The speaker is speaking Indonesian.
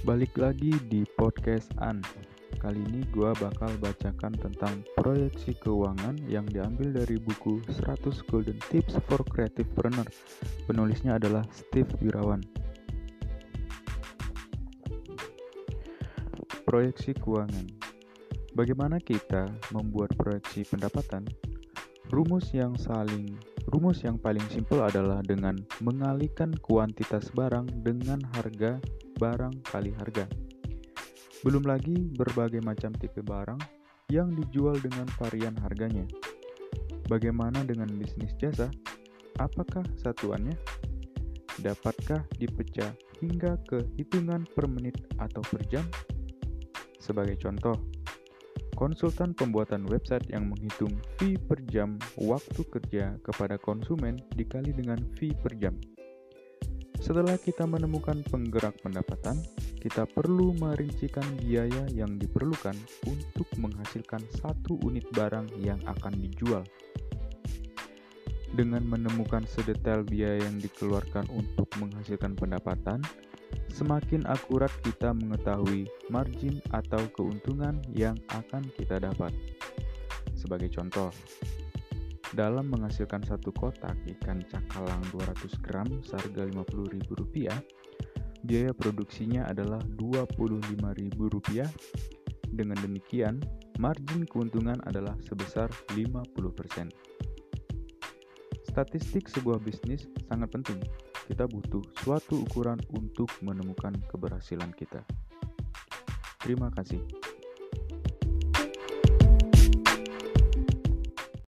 Balik lagi di podcast An. Kali ini gue bakal bacakan tentang proyeksi keuangan yang diambil dari buku 100 Golden Tips for Creativepreneur. Penulisnya adalah Steve Wirawan. Proyeksi keuangan. Bagaimana kita membuat proyeksi pendapatan? Rumus yang paling simpel adalah dengan mengalihkan kuantitas barang dengan harga barang kali harga. Belum lagi berbagai macam tipe barang yang dijual dengan varian harganya. Bagaimana dengan bisnis jasa? Apakah satuannya? Dapatkah dipecah hingga ke hitungan per menit atau per jam? Sebagai contoh, konsultan pembuatan website yang menghitung fee per jam waktu kerja kepada konsumen dikali dengan fee per jam. Setelah kita menemukan penggerak pendapatan, kita perlu merincikan biaya yang diperlukan untuk menghasilkan satu unit barang yang akan dijual. Dengan menemukan sedetail biaya yang dikeluarkan untuk menghasilkan pendapatan, semakin akurat kita mengetahui margin atau keuntungan yang akan kita dapat. Sebagai contoh, dalam menghasilkan satu kotak ikan cakalang 200 gram seharga Rp50.000, biaya produksinya adalah Rp25.000. Dengan demikian, margin keuntungan adalah sebesar 50%. Statistik sebuah bisnis sangat penting. Kita butuh suatu ukuran untuk menemukan keberhasilan kita. Terima kasih.